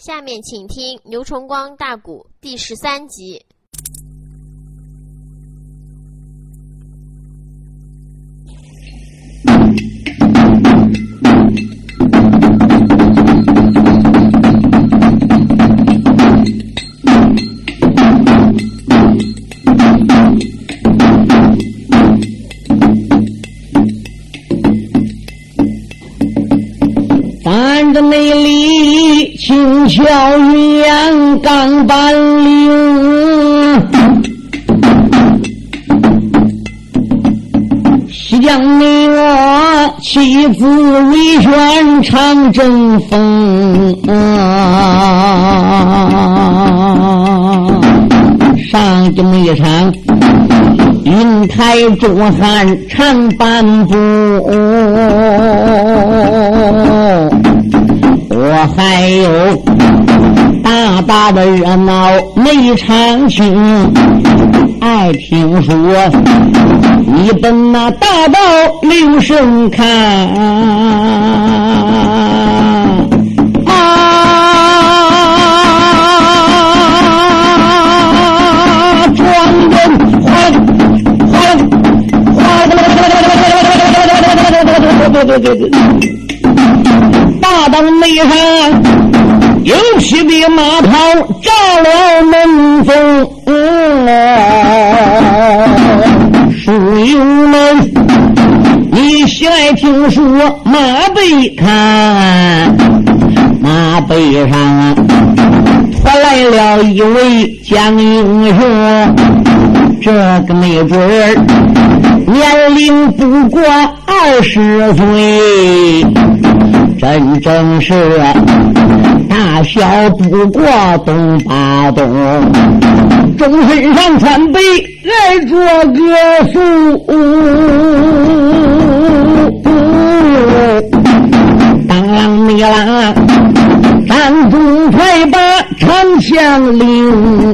下面请听牛崇光大鼓第13集。 咱的内里轻巧云阳钢板岭，西江你我妻子为轩唱正风，上京一场云台中汉长半步，我还有大大的热闹没常听，爱听说你奔那大道留神看庄人大道内上有匹的马跑照了门风，书友们你喜爱听说马背看，马背上拖来了一位江英雄，这个没准儿年龄不过20岁，真正是大小不过东八东，中身上穿背来着个素，当啷你啷战中才把长枪领，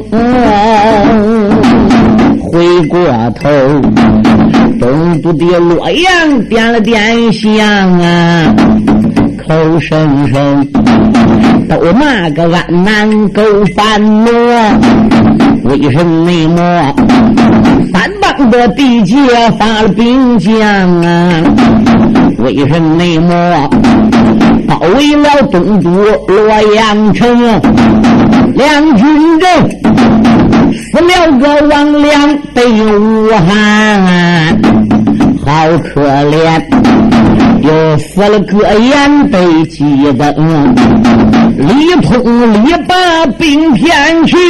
回过头东都的洛阳点了点香啊，口声声都骂个俺南狗反挪，为什么三邦的地界发了兵将啊？为什么包围了东都洛阳城，两军阵死了个王良被武汉，好可怜，又死了个眼被鸡灯，李通李把兵骗去，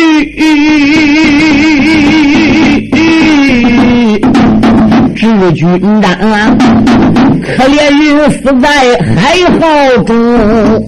治军长可怜人死在海壕中，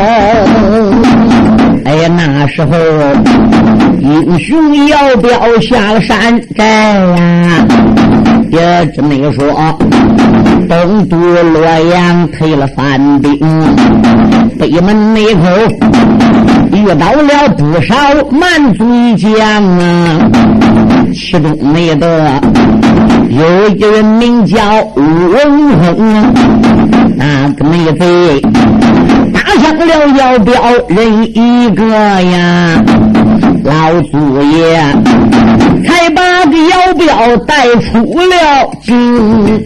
哎呀，那时候英雄要标下了山寨呀，也这么一说东都洛阳退了反兵，北门那口遇到了不少满嘴将啊，其中那个有一人名叫吴文亨，那个内贼打伤了要标人一个呀，老祖爷才把个要标带出了京，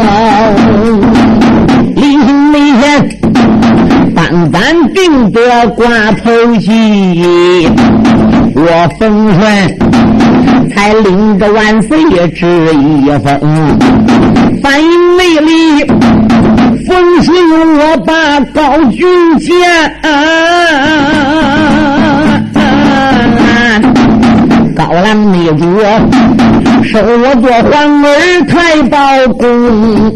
临行那天帮咱定得挂头旗，我封顺才领着万岁旨一封，反应内力封信我把高举荐，高郎内主收我做皇儿太保公，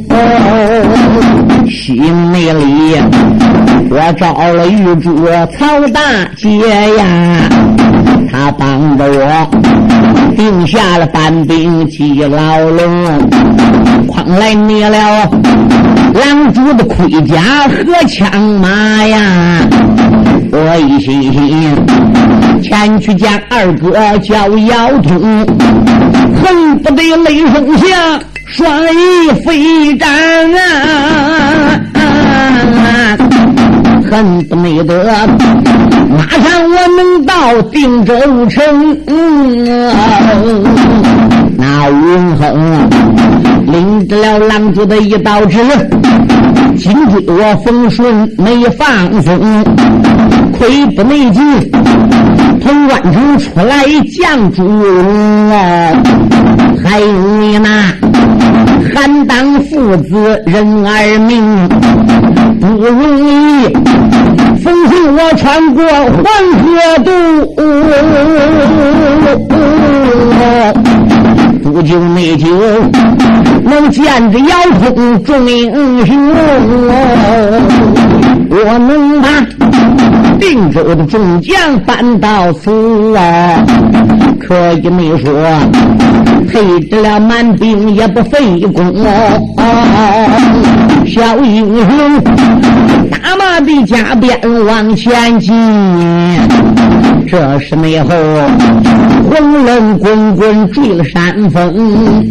新内里我招了御主曹大姐呀，他帮着我定下了班兵记牢笼，诓来灭了狼主的盔甲和枪马呀，我一心前去将二哥叫姚通，恨不得雷声响双翼飞展啊， 恨不内得，马上我能到定州城。那吴文亨领着了狼族的一道旨，紧追我冯顺没放松，亏不内急，从关城出来降主还有你那韩当父子人儿命，不容易奉顺我穿过黄河渡，不久内久能见着遥通众英雄，我能把定州的众将搬到此啊，可以没说配得了满兵也不费功小英雄打马的加鞭往前进，这是内后红龙滚滚坠了山峰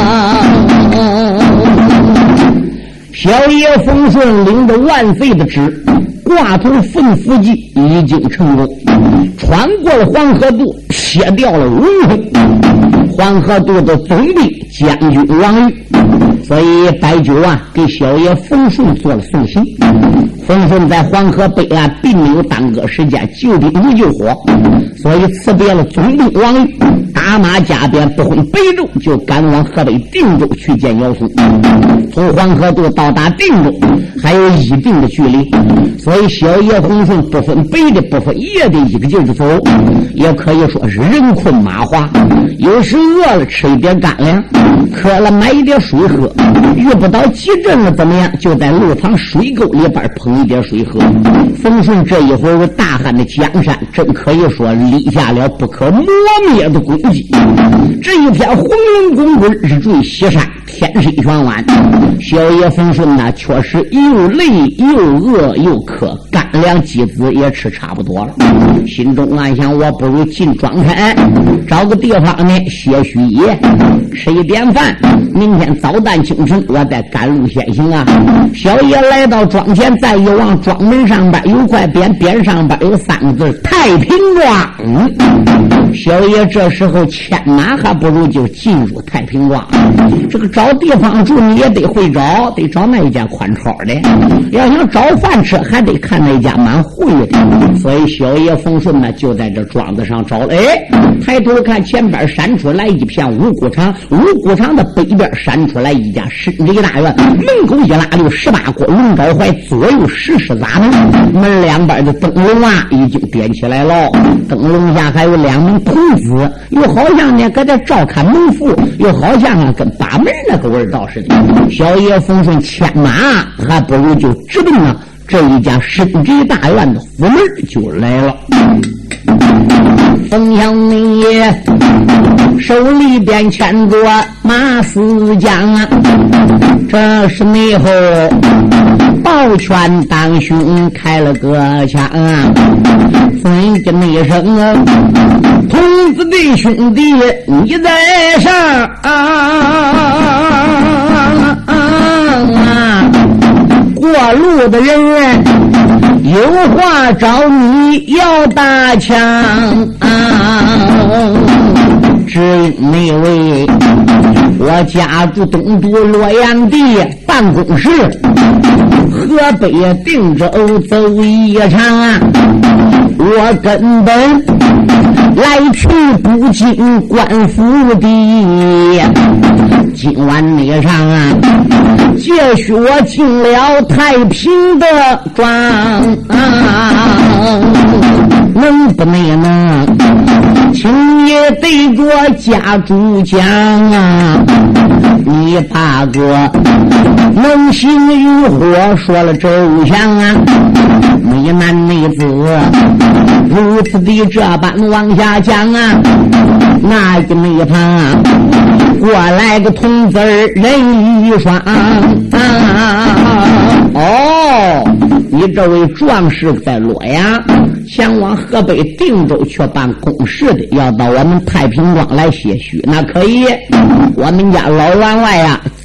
小爷冯顺领着万岁的旨，挂图奋伏计已经成功，穿过了黄河渡，撇掉了文辉黄河渡的总兵将军王玉，所以白酒啊给小爷冯顺做了送行。冯顺在黄河北岸并没有耽搁时间，救兵如救火，所以辞别了总兵王玉，打马加鞭不回北州，就赶往河北定州去见姚松。从黄河渡到达定州还有一定的距离，所以小爷冯顺不分北的不分夜的一个劲儿走，也可以说是人困马乏，有时饿了吃一点干粮，渴了买一点水喝，遇不到急阵了怎么样，就在路旁水沟里边捧一点水喝。冯顺这一会儿为大汉的江山，真可以说立下了不可磨灭的功绩。这一天红云滚滚，日坠西山，天色全晚，小爷冯顺呢确实又累又饿又渴，干粮鸡子也吃差不多了，心中暗想我不如进庄山找个地方呢歇虚野，吃一点饭，明天早旦清晨我再赶路先行啊。小爷来到庄前，再一望庄门上边有块匾，匾上边有3个字太平庄。小爷这时候牵马还不如就进入太平庄，这个找地方住你也得会找，得找那一家宽敞的，要想找饭吃还得看那家蛮会的，所以小爷冯顺呢就在这庄子上找了。抬头看前边闪出来一片五谷场，五谷场的北边闪出来一家深宅大院，门口一拉溜18锅龙爪槐，左右10室闸门，门两边的灯笼啊已经点起来了，灯笼下还有2名童子，又好像呢搁这照看门户，又好像啊跟把门那个味道似的。小爷冯顺牵马还不如就直奔啊这一家深宅大院的府门就来了。冯小你手里边牵着马四将啊，这是内后抱拳当胸开了个枪啊，分个内声啊，童子的兄弟你在上过路的人有话找你要打枪只因那位我家住东都洛阳地办公室，河北定州走一场我根本来去不进官府的，今晚那上借许我进了太平的庄能不能请也得着家主讲你把个能行于火说了周详没男没子如此的这般往下讲那一没旁过来个童子人一双你这位壮士在洛阳想往河北定州去办公事的，要到我们太平庄来些许，那可以。我们家老员外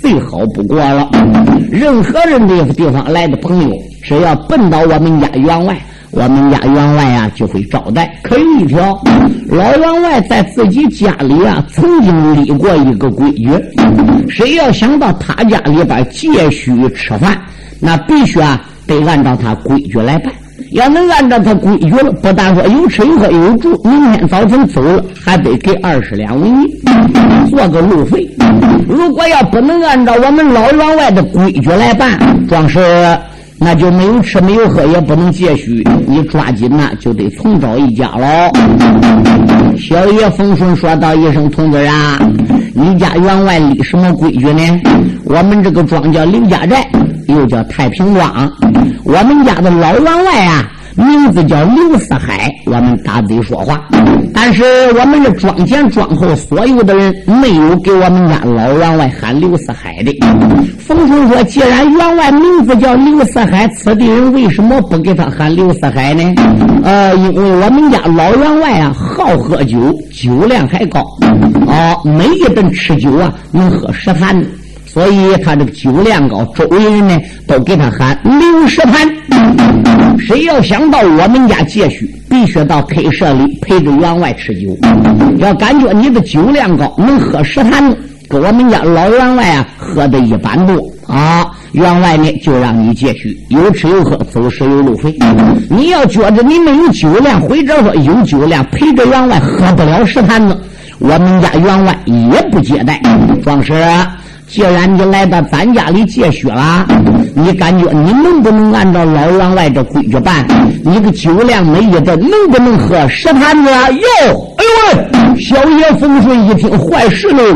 最好不过了。任何人这个地方来的朋友，只要奔到我们家员外，我们家员外啊就会招待。可有一条，老员外在自己家里啊曾经立过一个规矩，谁要想到他家里边借须吃饭，那必须啊得按照他规矩来办。要能按照他规矩了，不但说有吃有喝有住，明天早晨走了还得给20两为银，做个路费。如果要不能按照我们老员外的规矩来办，壮士那就没有吃没有喝，也不能借须，你抓紧呐就得重找一家喽。小爷风顺说道一声：同志啊，你家员外立什么规矩呢？我们这个庄叫刘家寨，又叫太平庄，我们家的老员外啊名字叫刘四海，我们打嘴说话，但是我们这庄前庄后所有的人没有给我们家老员外喊刘四海的。冯顺说，既然员外名字叫刘四海，此地人为什么不给他喊刘四海呢？因为我们家老员外啊好喝酒，酒量还高，每一顿吃酒啊能喝10坛，所以他这个酒量高，周围人呢都给他喊刘十坛。谁要想到我们家借须，必须到 K 社里陪着员外吃酒。要感觉你的酒量高，能喝10坛，跟我们家老员外啊喝的一般多啊，员外呢就让你借须，有吃有喝，走时有路费。你要觉着你没有酒量，或者说有酒量，陪着员外喝不了10坛子，我们家员外也不接待。壮士啊，既然你来到咱家里借须了，你感觉你能不能按照老员外这规矩办？你个酒量没一顿，能不能喝10坛子啊？哟，哎呦喂！小爷风顺一听，坏事喽！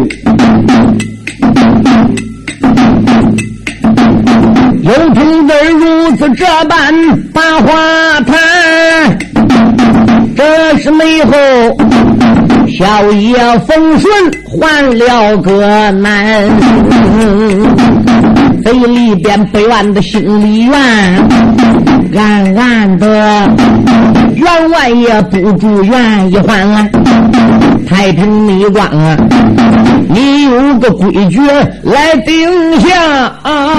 有同志如此这般把话谈，这是没后小爷风顺换了个难，嘴里边不愿的心里怨，暗暗的员外也不住愿意还啊。太平密庄啊，你有个规矩来定下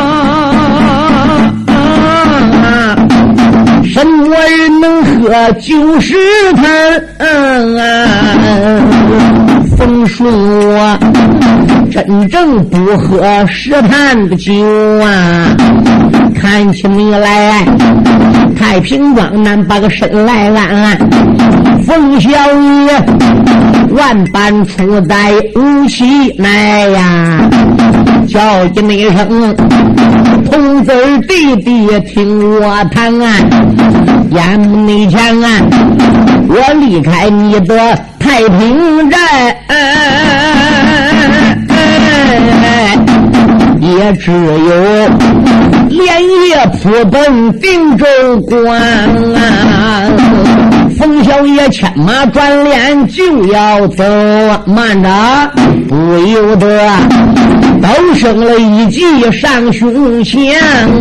什么人能喝90坛风顺我真正不喝10坛的酒啊，看起你来太平庄南把个身来安，冯小爷万般出在无锡来呀，叫一那声同志弟弟听我谈眼目内前我离开你的太平寨也只有连夜扑奔定州关冯小爷牵马转脸就要走，慢着，不由得都生了一计上胸前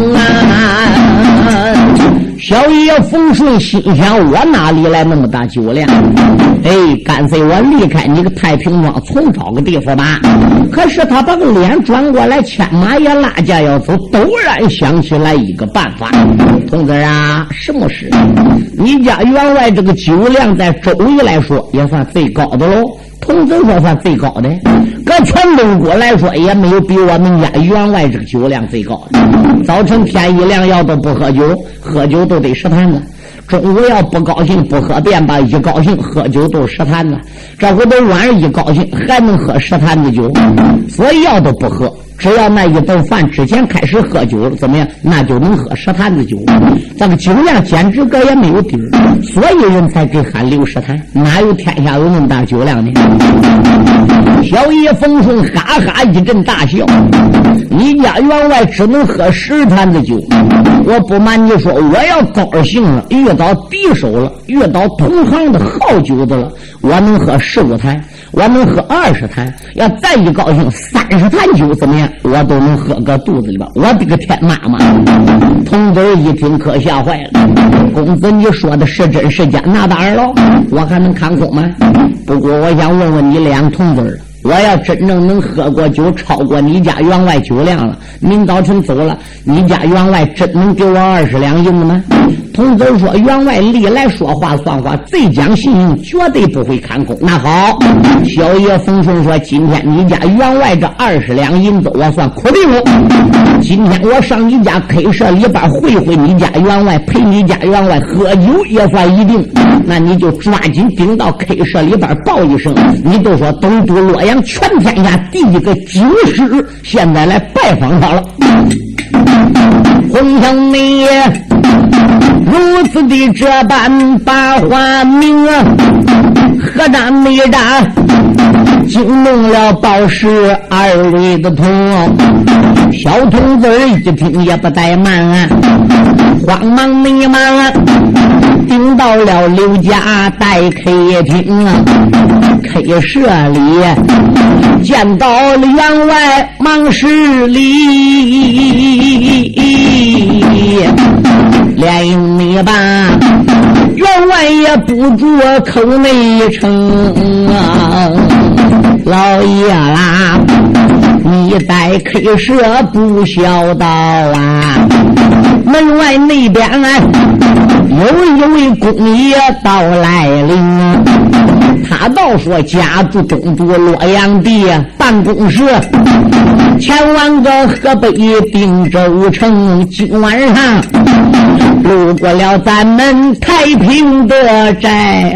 小爷冯顺心想，我哪里来那么大酒量？干脆我离开你个太平庄，重找个地方吧。可是他把个脸转过来，牵马也拉架要走，陡然想起来一个办法。同志啊，什么事？你家员外这个酒量在周围来说也算最高的喽。同志说算最高的，搁全中国来说也没有比我们家员外这个酒量最高的。早晨天一亮要都不喝酒，喝酒都得10坛子。中午要不高兴不喝便吧，一高兴喝酒都10坛子。这回都晚上一高兴还能喝10坛子酒，所以要都不喝。只要那一顿饭之前开始喝酒怎么样，那就能喝10坛子酒。这个酒量简直个也没有底儿，所以人才给喊刘10坛，哪有天下有那么大酒量呢？小爷冯顺哈哈一阵大笑，你家员外只能喝10坛子酒，我不瞒你说，我要高兴了，遇到敌手了，遇到同行的好酒的了，我能喝15坛，我能喝20坛，要再一高兴30坛酒怎么样，我都能喝个肚子里边。我的个天妈妈！童子一听可吓坏了，公子你说的是真是假？那当然了，我还能看空吗？不过我想问问你俩童子， 我要真正能喝过酒超过你家员外酒量了，明早晨走了，你家员外真能给我20两银子吗？童子说，员外历来说话算话，贼讲信用，绝对不会看空。那好，小爷冯顺说，今天你家员外这20两银子我算苦定了，今天我上你家 K 社里边会会你家员外，陪你家员外喝酒也算一定。那你就抓紧顶到 K 社里边报一声，你都说东都洛阳全天下第一个警师现在来拜访他了。洪兄你如此的这般把话明啊，何战没战惊动了报时2位的童，小童子一听也不怠慢啊，慌忙迷茫啊，顶到了刘家待 K 厅啊 ，K 社里见到了员外忙施礼，连没把员外也不住口内称啊，老爷啦，你在 K 社不孝道啊，门外那边有一位公爷到来临，他倒说家住东都洛阳地，办公室前往个河北定州城，今晚上路过了咱们太平的寨，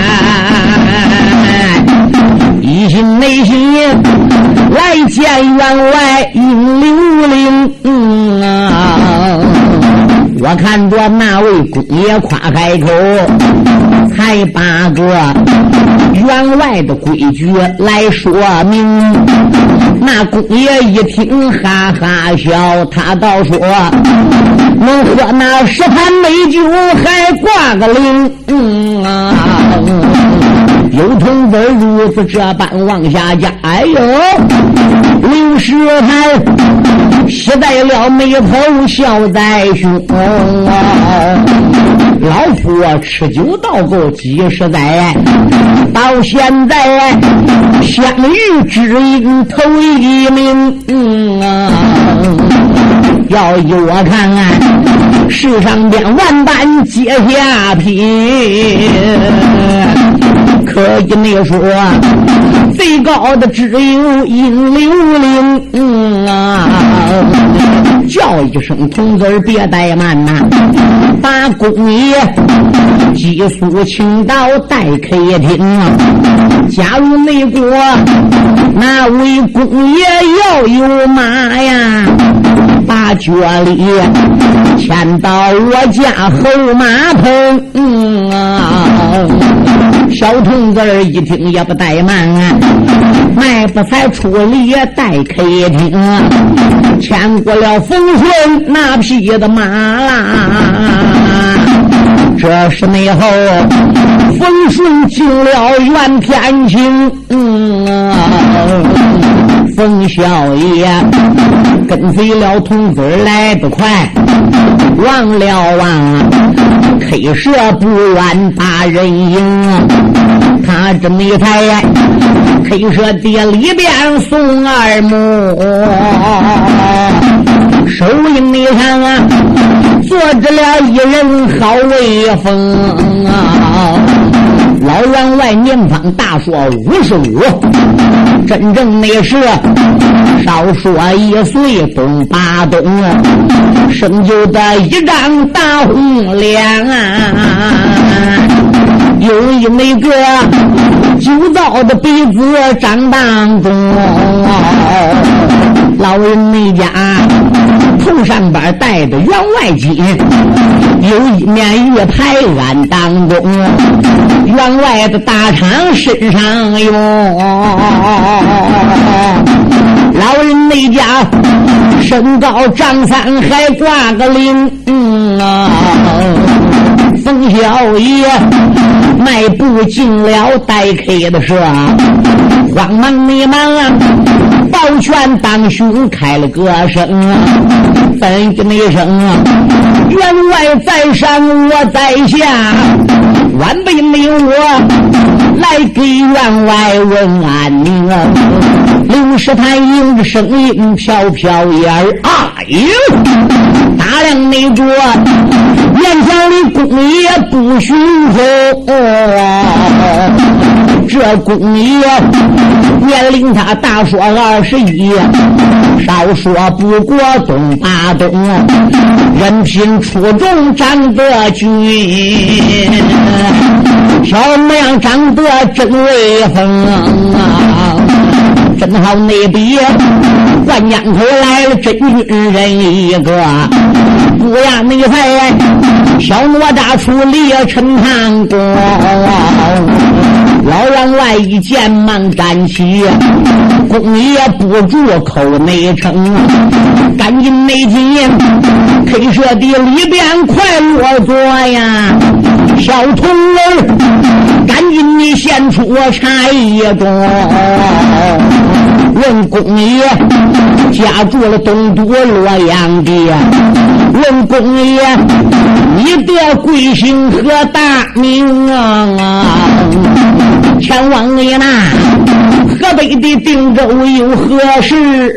一心内心来见员外应刘伶我看着那位公爷夸开口，才把个员外的规矩来说明。那公爷一听哈哈笑，他倒说能喝那10坛美酒还挂个铃有童子如此这般往下讲，哎呦刘世才喜在了眉头，笑在胸老夫吃酒倒够几十载，到现在相遇知音头一名要依我看看世上边万般皆下品，可以没说最高的只有引流灵叫一声童子别怠慢呐，把公爷急速请到待 K 厅假如美国那位公爷要有马呀，把脚里牵到我家后马棚小童子一听也不怠慢迈步才出里待 K 厅牵过了风顺那匹的马啦，这是内后风顺进了袁天清冯小爷跟随了童子来得快，忘了K 社不远大人营他这么一抬 K 社店里边送二母手影里上坐着了一人好威风老员外年方大说55，真正那是少说1岁东八东生就的一张大红脸有一那个酒糟的鼻子长当中老人那家头上边戴的员外巾，有一面月牌案当中员外的大厂身上用老人那家身高丈3还挂个铃冯小爷迈步进了待 K 的社慌忙迷茫抱拳当胸开了个声怎的那声员外在上我在下晚辈没有我来给员外问安宁听石探营的声音飘飘眼儿，哎呦，大量那桌面前的公爷不许走，这公爷年龄他大说21，少说不过东八东，人品出众长得俊，小模样长得真威风啊！正好那边灌江口来了真军人一个，不呀那才小哪吒出力陈塘公，老员外一见忙站起，公也不住口内称，赶紧内进K社的里边快落座呀，小童儿赶紧你献出茶一盅，问公爷家住了东都洛阳的，问公爷你的贵姓和大名啊？前往你那河北的定州有何事？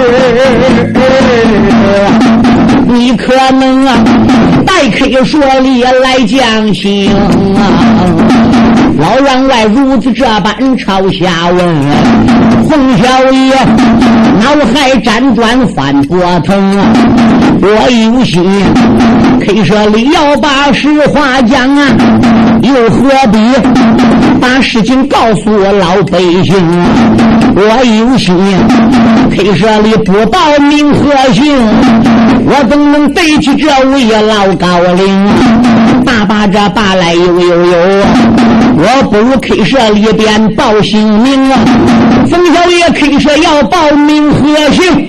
你可能代 K 说理来讲行啊？老员外如此这般朝下问，洪小爷脑海辗转翻波腾，我有心 K 社里要把实话讲啊，又何必把事情告诉老百姓？我有心 K 社里不报名和姓，我怎能对起这位老高龄？爸爸这爸来悠悠，我不如 K 社里边报姓名啊！冯小爷 K 社要报名和姓。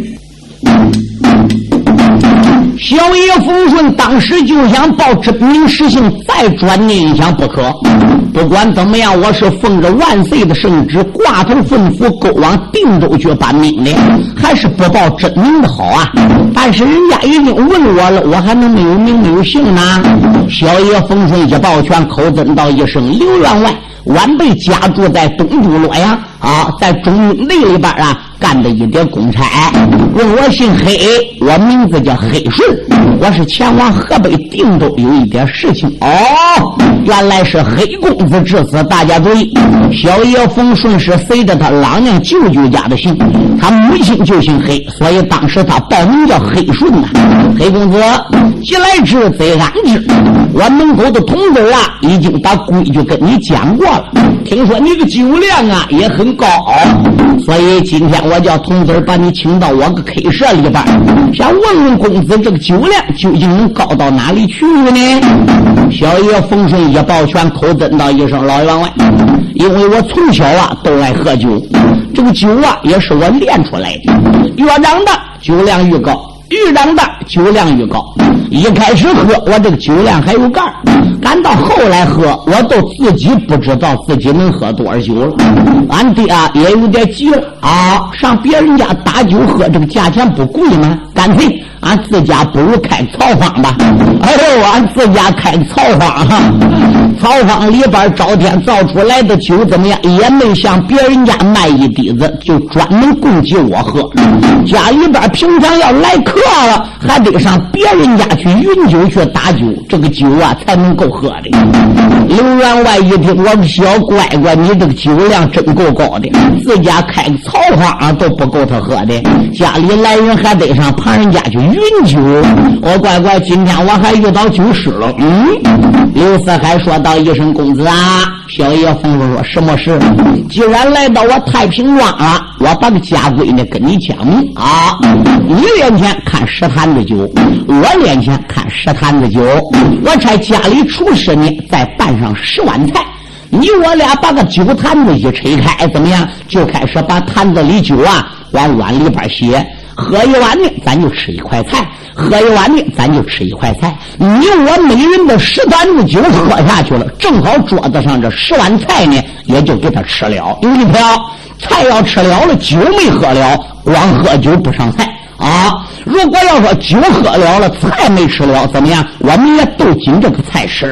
小爷冯顺当时就想报真名实姓，再转念一想不可，不管怎么样，我是奉着万岁的圣旨挂头奉符勾往定州去办命的，还是不报真名的好啊。但是人家已经问我了，我还能没有名没有姓呢？小爷冯顺一抱拳口尊道一声刘员外，晚辈家住在东都洛阳啊，在中运内里边啊干的一点公差，问我姓黑，我名字叫黑顺，我是前往河北定州有一点事情。哦，原来是黑公子至此，大家注意，小爷冯顺是随着他老娘舅舅家的姓，他母亲就姓黑，所以当时他报名叫黑顺啊。黑公子既来之则安之，我门口的童子啊已经把规矩跟你讲过了，听说你的酒量啊也很高，所以今天我叫童子把你请到我个 K 社里边，想问问公子这个酒量究竟能高到哪里去呢？小爷冯顺一抱拳口尊道一声老员外，因为我从小啊都爱喝酒，这个酒啊也是我练出来的，越长大酒量越高，越长大酒量越高。一开始喝我这个酒量还有盖儿，赶到后来喝我都自己不知道自己能喝多少酒了。俺爹啊也有点急了啊，上别人家打酒喝这个价钱不贵吗？干脆俺自家不如开草坊吧。哎呦，俺自家开草坊哈，草坊里边朝天造出来的酒怎么样，也没像别人家卖一滴子，就专门供给我喝。家里边平常要来客了，还得上别人家去运酒去打酒，这个酒啊才能够喝的。刘员外一听，我的小乖乖，你这个酒量真够高的，自家开个草坊都不够他喝的，家里来人还得上旁人家去运酒。我乖乖，今天我还遇到酒师了。刘四海说道一声公子啊，小爷冯顺说什么事？既然来到我太平庄了，我把个家规呢跟你讲明啊，你练前看10坛子酒，我练前看10坛子酒，我差家里厨师呢再拌上10碗菜，你我俩把个酒坛子一拆开，怎么样？就开始把坛子里酒啊往碗里边写，喝一碗呢咱就吃一块菜，喝一碗呢咱就吃一块菜，你我每人的10坛子酒喝下去了，正好桌子上这10碗菜呢也就给他吃了。有一条菜要吃了了，酒没喝了，光喝酒不上菜啊。如果要说酒喝了了，菜没吃了，怎么样？我们也都紧这个菜吃。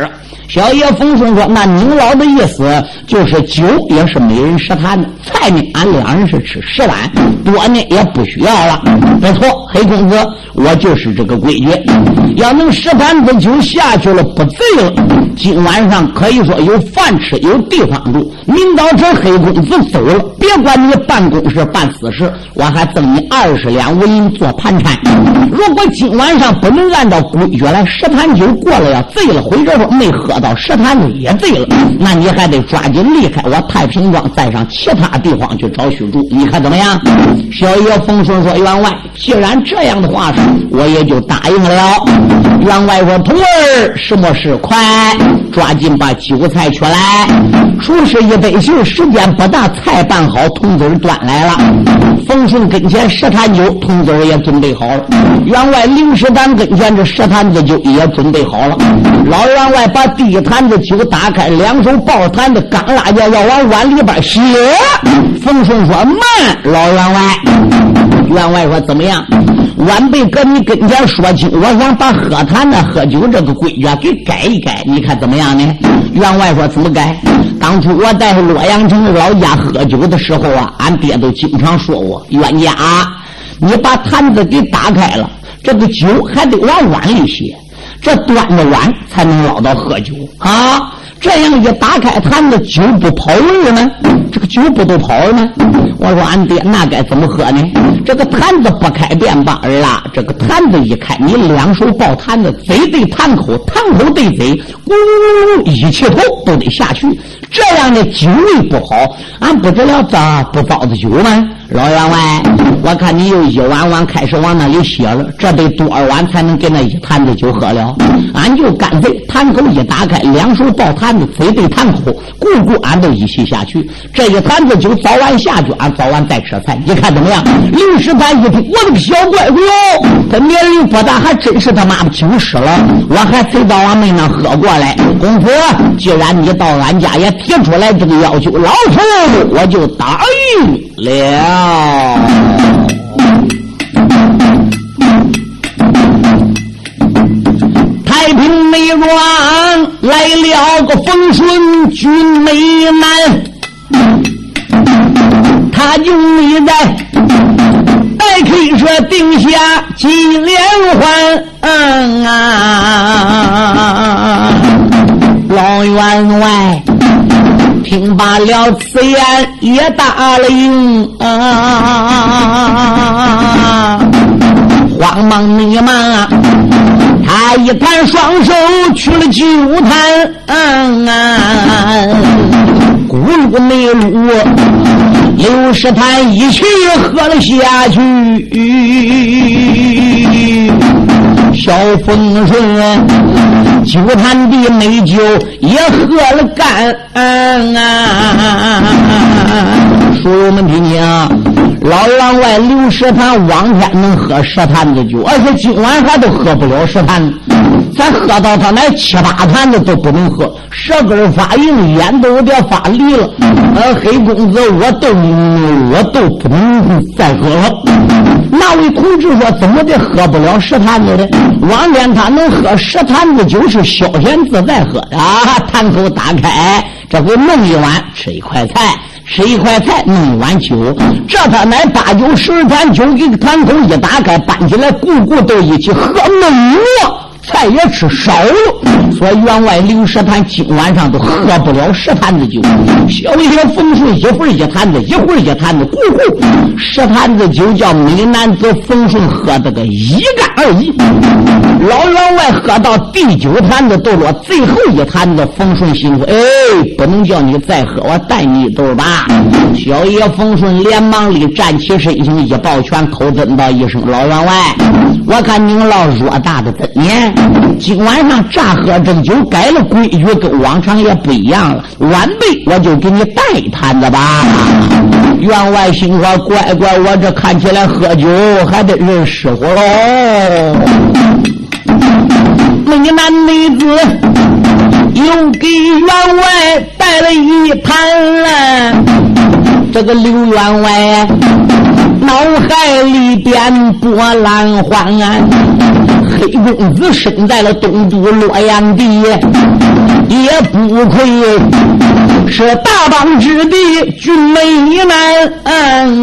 小爷冯顺说：“那您老的意思就是酒也是每人10坛的，菜呢俺2人是吃10碗，多呢也不需要了。”没错，黑公子，我就是这个规矩。要能10坛子酒下去了，不醉了，今晚上可以说有饭吃，有地方住。明早这黑公子走了，别管你办公室办私事，我还赠你20两纹银做盘缠。如果今晚上不能按照规矩来，10坛酒过了要醉了，或者说没喝到10坛子也醉了，那你还得抓紧离开我太平庄，再上其他地方去找虚竹。你看怎么样？小爷冯顺说：“员外，既然这样的话，我也就答应了。”员外说：“童儿，什么事？快抓紧把酒菜取来。”厨师一杯酒，时间不大，菜拌好，童子端来了。冯顺跟前10坛酒，童子也准备好了。员外林师丹跟前这10坛子酒也准备好了。老员外把第1坛子酒打开，两手抱坛子，刚拉架要往碗里边写。冯顺说：“慢，老员外。”员外说：“怎么样？晚辈搁你跟前说清，我想把喝坛子喝酒这个规矩给改一改，你看怎么样呢？”员外说：“怎么改？当初我在洛阳城老家喝酒的时候啊，俺爹都经常说我，冤家你把坛子给打开了，这个酒还得往碗里写，这端着碗才能捞到喝酒啊。这样一打开坛子，酒不跑味吗？这个酒不都跑了吗？”我说：“俺爹，那该怎么喝呢？这个坛子不开便罢了啦，这个坛子一开，你两手抱坛子，嘴对坛口，坛口对嘴，咕，一起头都得下去，这样的酒味不好，俺不得了不糟的酒吗？”老员外，我看你又一碗碗开始往那里写了，这得多少碗才能给那1坛子酒喝了？俺就干脆坛口一打开，两手抱坛子，嘴对坛口，咕俺都一起下去。这1坛子酒早晚下去，俺早晚再吃菜，你看怎么样？林师丹一听，我的个小乖乖哟，他年龄不大，还真是他妈的酒湿了，我还谁到俺妹那喝过来？公子，既然你到俺家也提出来这个要求，老夫我就答应了。太平内庄来了个丰顺军美男，他就立在白 K 社定下几连环老员外听罢了此言，也答了应慌忙迷茫他一弹双手去了酒坛咕噜内噜60坛一起喝了下去。小风顺酒坛的美酒也喝了干书友们听听老员外60坛往天能喝10坛子酒，而且今晚还都喝不了10坛子，咱喝到他那7、8坛子都不能喝，舌根发硬，眼都有点发离了。黑公子我都不能再喝了。那位同志说怎么的喝不了10坛子的？往天他能喝10坛子酒是消闲自在喝的坛口打开，这回弄一碗吃一块菜，吃一块菜弄一碗酒，这他乃8、9、10坛酒给坛口一打开，搬起来咕都一起喝闷了，菜也吃少了，所以员外60坛今晚上都喝不了10坛子酒。小爷风顺一会儿1坛子，一会儿1坛子，咕10坛子酒叫美男子风顺喝的个一干二净。老员外喝到第9坛子都落最后1坛子，风顺心说：“不能叫你再喝，我带你一兜吧。”小爷风顺连忙里站起身形，一抱拳，口尊道一声：“老员外，我看您老偌大的尊年，今晚上乍喝这个酒改了规矩，跟往常也不一样了。晚辈我就给你带一坛子吧。”员外心说：“乖乖，我这看起来喝酒还得认师傅喽。”美男妹子又给员外带了一坛这个刘员外脑海里边波澜欢黑公子生在了东都洛阳地，也不愧是大邦之地俊美男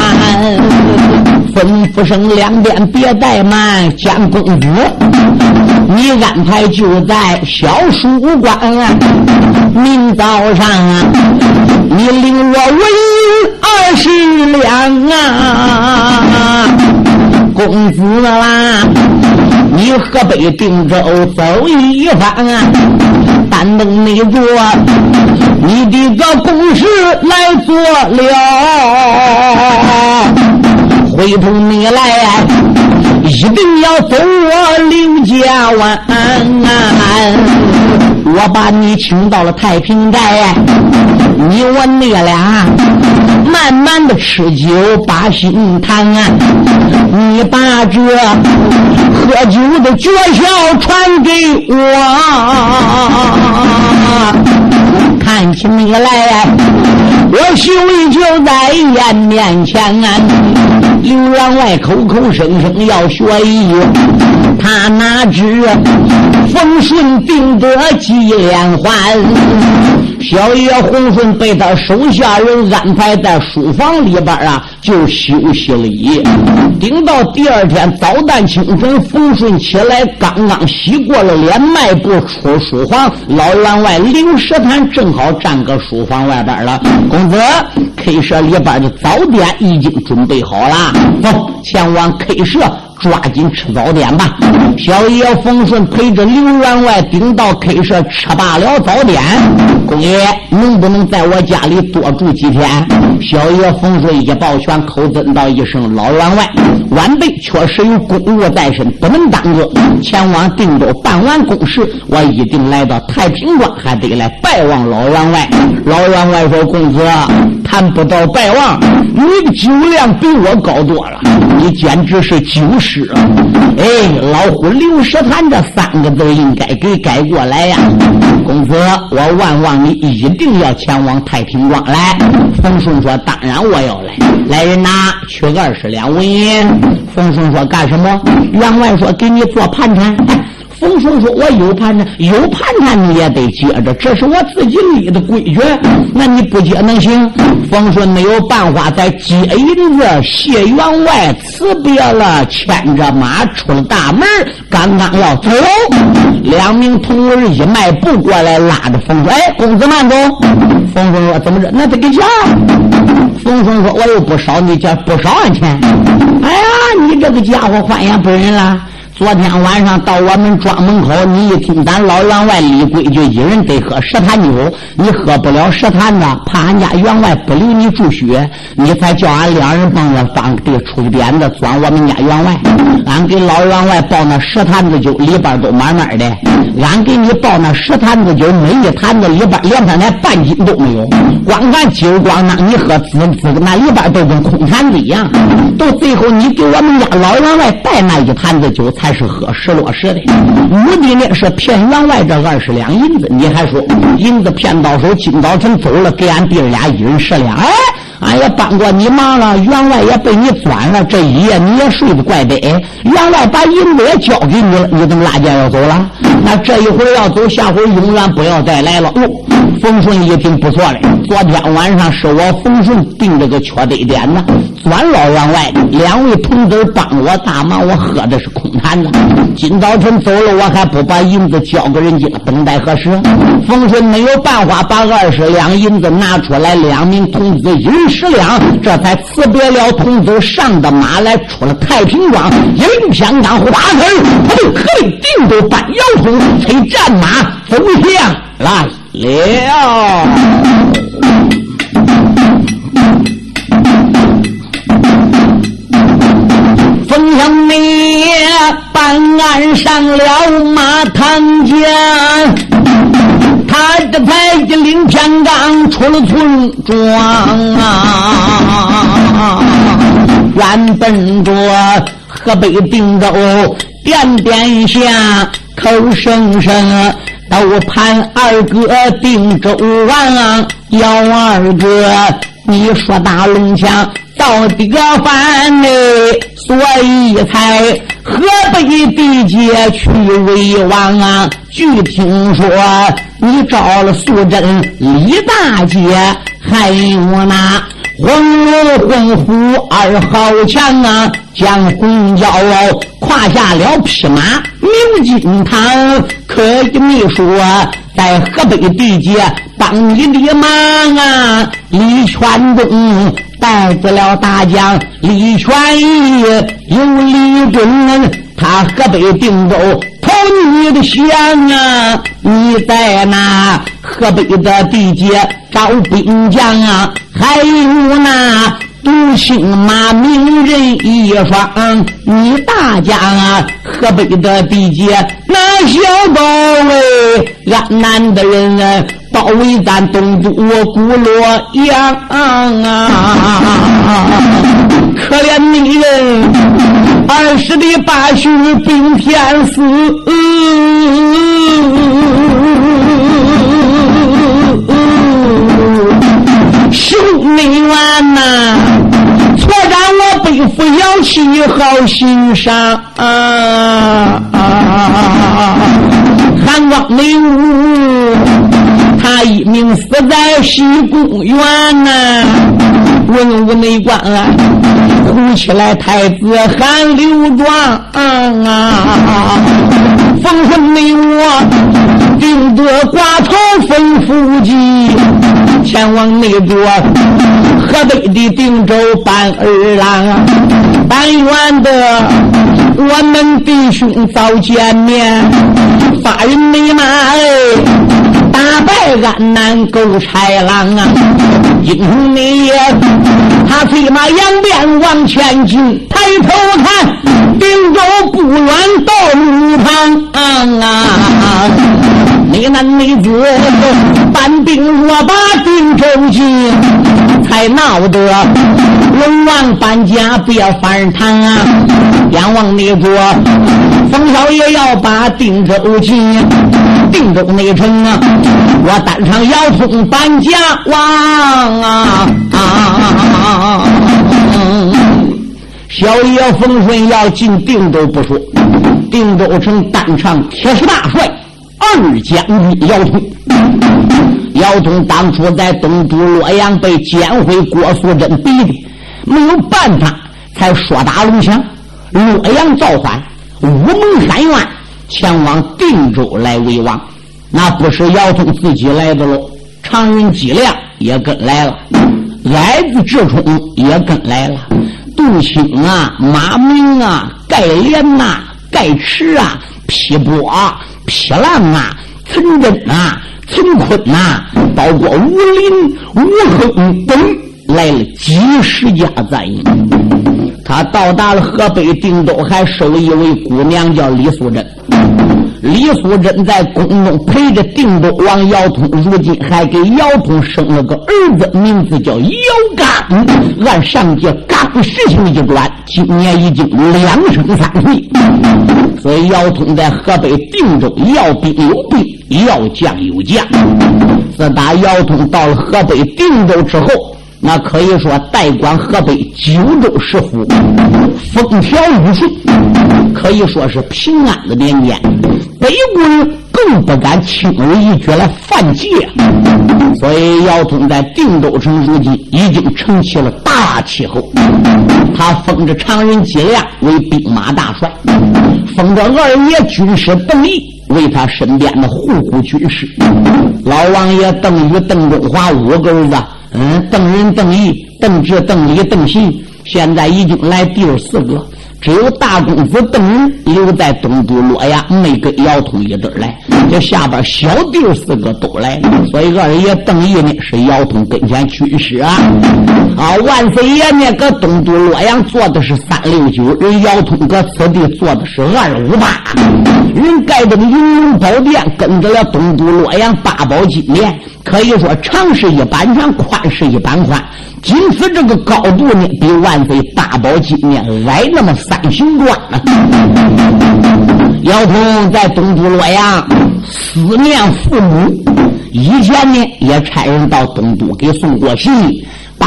吩咐声两边别怠慢，蒋公子你安排就在小书馆明早上你领我文20两公子啦，你河北定州走一番但等你做你的个公事来做了，回头你来一定要走我刘家湾我把你请到了太平寨，你我那俩慢慢的吃酒把心谈你把这喝酒的诀窍传给我，看起你来我修理就在眼面前刘员外口口声声要学艺，他哪知风顺定得几连环，小爷洪顺被他手下人安排在书房里边就休息了一，顶到第二天早旦清晨，洪顺起来刚刚洗过了脸，迈步出书房，老员外刘石潭正好站个书房外边了。公子 K 社里边的早点已经准备好了，走，前往 K 社抓紧吃早点吧。小爷冯顺陪着刘员外顶到 K 社吃罢了早点，公爷能不能在我家里多住几天？小爷冯顺一抱拳口尊道一声老员外，晚辈确实有公务在身，不能耽搁，前往定州办完公事，我一定来到太平庄，还得来拜望老员外。老员外说，公子谈不到拜望，你的酒量比我高多了，你简直是酒师。哎，老虎刘石潭这3个字应该给改过来呀。公子，我万望你一定要前往太平庄来。冯顺说，当然我要来。来人呐，取20两纹银。冯顺说，干什么？员外说，给你做盘缠。冯顺说，我有盘缠，有盘缠你也得接着，这是我自己立的规矩，那你不接能行？冯顺没有办法，在接银子谢员外辞别了，牵着马出了大门，刚刚要走，2名同仁一迈步过来，拉着冯顺，哎，公子慢走。冯顺说，怎么着？那得给钱。冯顺说，我又不少你这不少钱。哎呀，你这个家伙翻眼不仁了。昨天晚上到我们庄门口，你一听咱老员外立规矩，一人得喝10坛酒，你喝不了10坛的，怕俺家员外不留你住血，你才叫俺2人帮着当地出去点子钻我们家员外。俺给老员外报那10坛子酒，里边都满满的。俺给你报那10坛子酒，每一坛子里边连上连半斤都没有，光看酒光让你喝滋那里边都跟空坛子一样。到最后你给我们家老员外带那一坛子酒，才是喝10落10的，目的呢是骗员外这20两银子。你还说银子骗到手，今早晨走了，给俺弟俩1人10两。哎，俺也帮过你忙了，员外也被你钻了，这一夜你也睡得怪得。员外把银子也交给你了，你怎么拉架要走了？那这一会儿要走，下回永远不要再来了。冯顺一听不错嘞，昨天晚上是我冯顺定这个缺德点呢，钻老员外2位同志帮我大忙，我喝的是空坛子。今早晨走了，我还不把银子交给人家，等待何时？冯顺没有办法把20两银子拿出来，2名同志1人10两，这才辞别了同志，上的马来，出了太平庄，一片当虎大腿，他就可以定都搬摇筒，催战马走向来了。冯相你办案上了马堂前，他这才领偏刚出了村庄原本着河北定州点点下口声声都盼2个定州王要2个，你说大龙枪到底个犯呢，所以才河北地界去为王啊。据听说你招了素贞李大姐，还有那黄龙混虎二号强啊，将红蛟胯下了匹马明金堂，可以没说在河北地界帮你的忙啊。李全忠带着了大将李全义，有李准，他河北定州投你的降啊。你在那河北的地界招兵将啊，还有那独行马名人一双，你大将啊，河北的地界那小包围安南的人啊，包围咱东都古洛阳啊。可怜你人20的8旬兵天死，兄妹冤呐，错让我背负妖气好心伤汉光内务他一命死在西宫院呐。文武内官啊，呼起来太子喊刘庄封神内我定得挂头封府记，前往内座河北的定州办二郎。但愿的我们弟兄早见面，发人美马打败安南狗豺狼啊。英雄你也他催马扬鞭往前进，抬头看定州不远到路旁你那女子搬兵若把定州进，才闹得龙王搬家别反堂啊。仰望那座冯少爷要把定州进，定州内城啊，我单场摇通搬家王小爷冯顺要进定州不说，定州城单场铁石大帅二将军姚通。姚通当初在东都洛阳被监回郭素贞逼的，没有办法才说打龙翔，洛阳造反，午门山院前往定州来为王。那不是姚通自己来的喽，常人纪亮也跟来了，矮子智冲也跟来了，杜兴啊、马明啊、盖连啊、盖池啊、皮波啊、皮浪啊、陈真啊、陈坤啊，包括吴林、吴亨等来了几十家赞营。他到达了河北定州，还收一位姑娘叫李素贞。李素贞在宫中陪着定州王姚通，如今还给姚通生了个儿子，名字叫姚刚。按上界刚时行一转，今年已经2生3岁，所以姚通在河北定州要兵有兵，要将有将。自打姚通到了河北定州之后，那可以说代管河北9州10府，风调雨顺，可以说是平安的年间。北国人更不敢轻而易举来犯界，所以姚通在定州城如今已经成起了大气候。他封着常人纪亮为兵马大帅，封着二爷军师邓毅为他身边的护军师。老王爷邓禹、邓中华5个儿子，邓仁、邓毅、邓志、邓礼、邓信，现在已经来第4个。只有大公子邓仁留在东都洛阳，没跟姚通一对来，这下边小弟4个都来了。所以二爷邓毅呢是姚通跟前军师啊。万岁爷呢搁东都洛阳做的是369，人姚通搁此地做的是258，人盖的云龙宝殿跟着了东都洛阳8宝金殿，可以说长是一般长，宽是一般宽，仅此这个高度呢，比万岁8宝金殿矮那么3行段了。姚通在东都洛阳思念父母，以前呢也差人到东都给送过信，把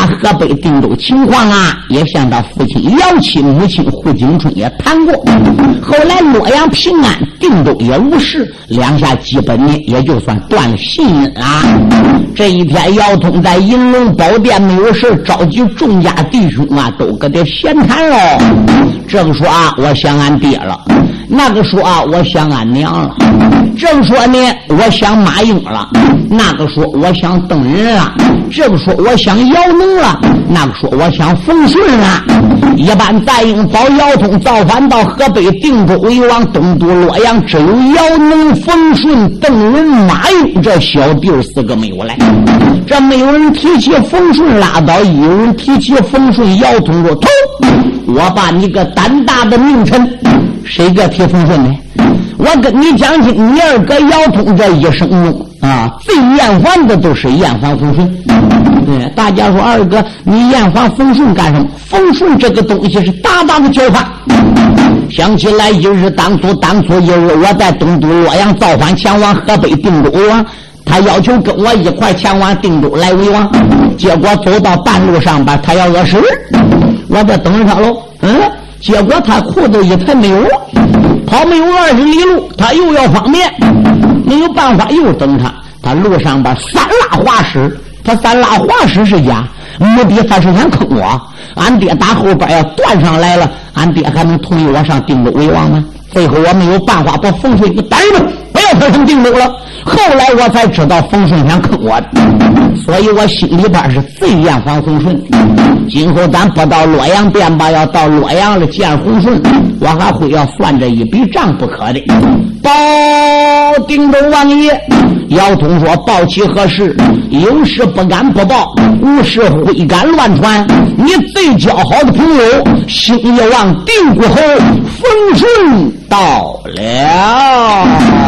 把河北定州情况啊也向他父亲姚妻母亲胡景春也谈过。后来洛阳平安，定州也无事，两下基本呢也就算断了信任啊。这一天姚通在银龙宝殿没有事，召集众家弟兄啊都搁这闲谈喽。这个说啊我想俺爹了，那个说啊我想俺娘了，这个说呢我想马英了，那个说我想邓人了，这个说我想姚能了，那个说我想冯顺了。一般咱应保姚通造反到河北定州为王，东都洛阳只有姚能、冯顺、邓人、马英这小弟四个没有来。这没有人提起冯顺拉倒，有人提起冯顺，姚通说头我把你个胆大的名臣，谁个提冯顺呢？我跟你讲清，你二哥姚通这一生中啊，最厌烦的都是厌烦冯顺。对，大家说二哥你厌烦冯顺干什么？冯顺这个东西是大大的教法。想起来一日当初一日，我在东都洛阳造反，前往河北定州为王，他要求跟我一块前往定州来为王，结果走到半路上边，他要饿死，我在等他喽。结果他裤子一抬没有了，跑没有20里路，他又要方便，没有办法又等他。他路上边三拉花石，他三拉花石是假，目的他是想坑我。俺爹打后边要断上来了，俺爹还能同意我上定州为王吗？最后我没有办法把冯顺给逮住，不要他上定州了。后来我才知道冯顺想坑我的，所以我心里边是最厌烦冯顺。今后咱不到洛阳便罢，要到洛阳了见冯顺，我还会要算这一笔账不可的。报定州王爷，姚通说报其何事？有事不敢不报，无事会敢乱传。你最交好的朋友星夜王定国侯冯顺到了。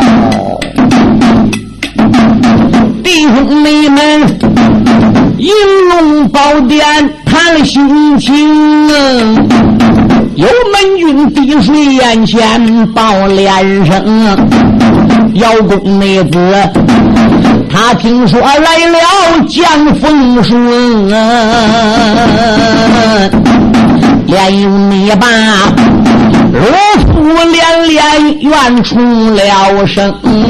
弟兄妹们，银龙宝殿谈了心情，有门军滴水眼前报连声。姚公内子他听说来了江风顺，连有你吧如父连连怨出了声。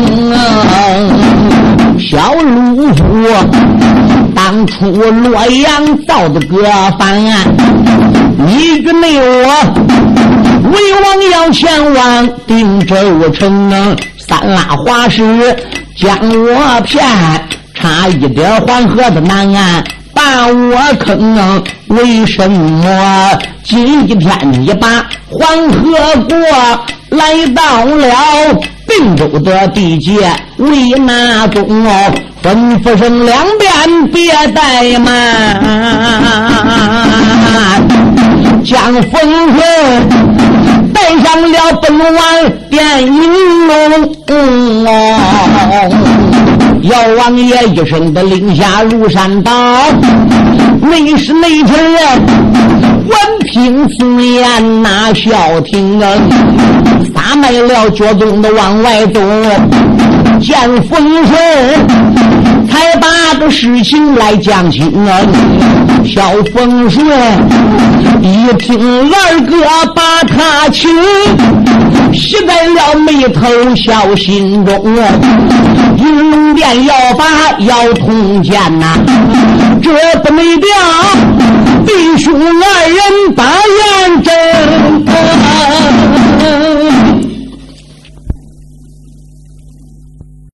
小鲁夫当初洛阳造的个反案，你与内我为王要前往定州城，三拉花石将我骗，差一点黄河的南岸把我坑。为什么今天你把黄河过来到了定州的地界为哪宗？吩咐声两边别怠慢，将风顺带上了本王电影龙。姚王爷一声的领下庐山岛，那是那天闻听此言那笑听啊，撒卖了脚踪的往外走，见风顺才把个事情来讲清啊。小风顺一听二哥把他请，喜在了眉头笑心中，银龙殿要把姚通见呐，这不没点